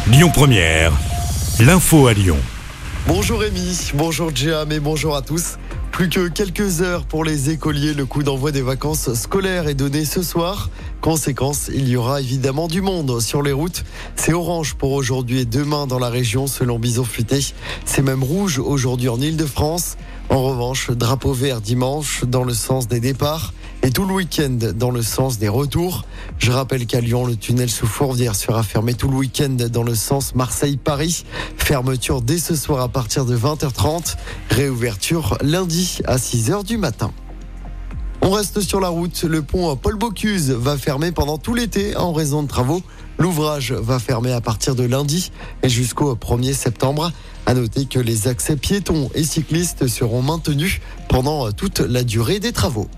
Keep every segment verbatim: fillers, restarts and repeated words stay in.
Lyon Première, l'info à Lyon. Bonjour Rémi, bonjour Jam et bonjour à tous. Plus que quelques heures pour les écoliers, le coup d'envoi des vacances scolaires est donné ce soir. Conséquence, il y aura évidemment du monde sur les routes. C'est orange pour aujourd'hui et demain dans la région selon Bison Futé. C'est même rouge aujourd'hui en Ile-de-France. En revanche, drapeau vert dimanche dans le sens des départs et tout le week-end dans le sens des retours. Je rappelle qu'à Lyon, le tunnel sous Fourvière sera fermé tout le week-end dans le sens Marseille-Paris. Fermeture dès ce soir à partir de vingt heures trente. Réouverture lundi à six heures du matin. On reste sur la route. Le pont Paul Bocuse va fermer pendant tout l'été en raison de travaux. L'ouvrage va fermer à partir de lundi et jusqu'au premier septembre. À noter que les accès piétons et cyclistes seront maintenus pendant toute la durée des travaux.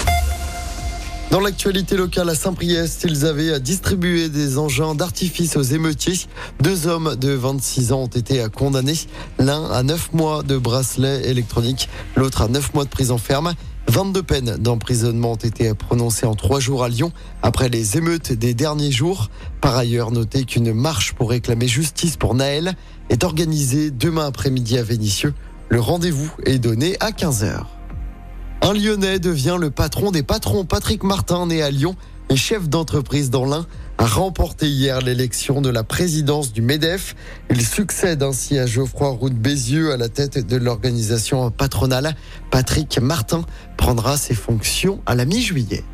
Dans l'actualité locale à Saint-Priest, ils avaient distribué des engins d'artifice aux émeutiers. Deux hommes de vingt-six ans ont été condamnés. L'un à neuf mois de bracelet électronique, l'autre à neuf mois de prison ferme. vingt-deux peines d'emprisonnement ont été prononcées en trois jours à Lyon après les émeutes des derniers jours. Par ailleurs, notez qu'une marche pour réclamer justice pour Naël est organisée demain après-midi à Vénissieux. Le rendez-vous est donné à quinze heures. Un Lyonnais devient le patron des patrons. Patrick Martin, né à Lyon et chef d'entreprise dans l'Ain, a remporté hier l'élection de la présidence du MEDEF. Il succède ainsi à Geoffroy Roux de Bézieux à la tête de l'organisation patronale. Patrick Martin prendra ses fonctions à la mi-juillet.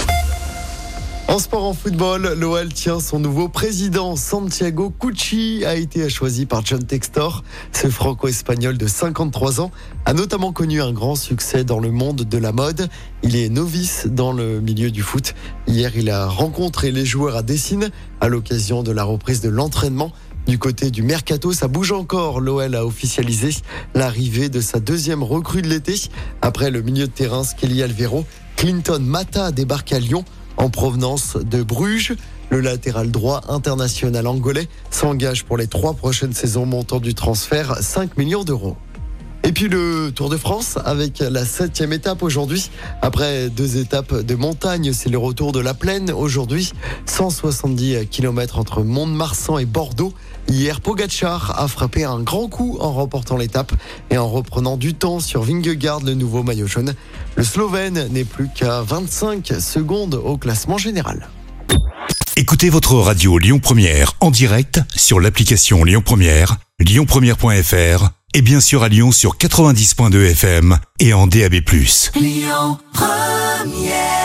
En sport, en football, l'O L tient son nouveau président. Santiago Cucci a été choisi par John Textor. Ce franco-espagnol de cinquante-trois ans a notamment connu un grand succès dans le monde de la mode. Il est novice dans le milieu du foot. Hier, il a rencontré les joueurs à Dessine à l'occasion de la reprise de l'entraînement. Du côté du mercato, ça bouge encore. L'O L a officialisé l'arrivée de sa deuxième recrue de l'été. Après le milieu de terrain Skelly Alvero, Clinton Mata débarque à Lyon en provenance de Bruges. Le latéral droit international angolais s'engage pour les trois prochaines saisons, montant du transfert cinq millions d'euros. Et puis le Tour de France avec la septième étape aujourd'hui. Après deux étapes de montagne, c'est le retour de la plaine. Aujourd'hui, cent soixante-dix kilomètres entre Mont-de-Marsan et Bordeaux. Hier, Pogacar a frappé un grand coup en remportant l'étape et en reprenant du temps sur Vingegaard, le nouveau maillot jaune. Le Slovène n'est plus qu'à vingt-cinq secondes au classement général. Écoutez votre radio Lyon Première en direct sur l'application Lyon Première, lyon première point f r et bien sûr à Lyon sur quatre-vingt-dix virgule deux F M et en D A B plus. Lyon Première.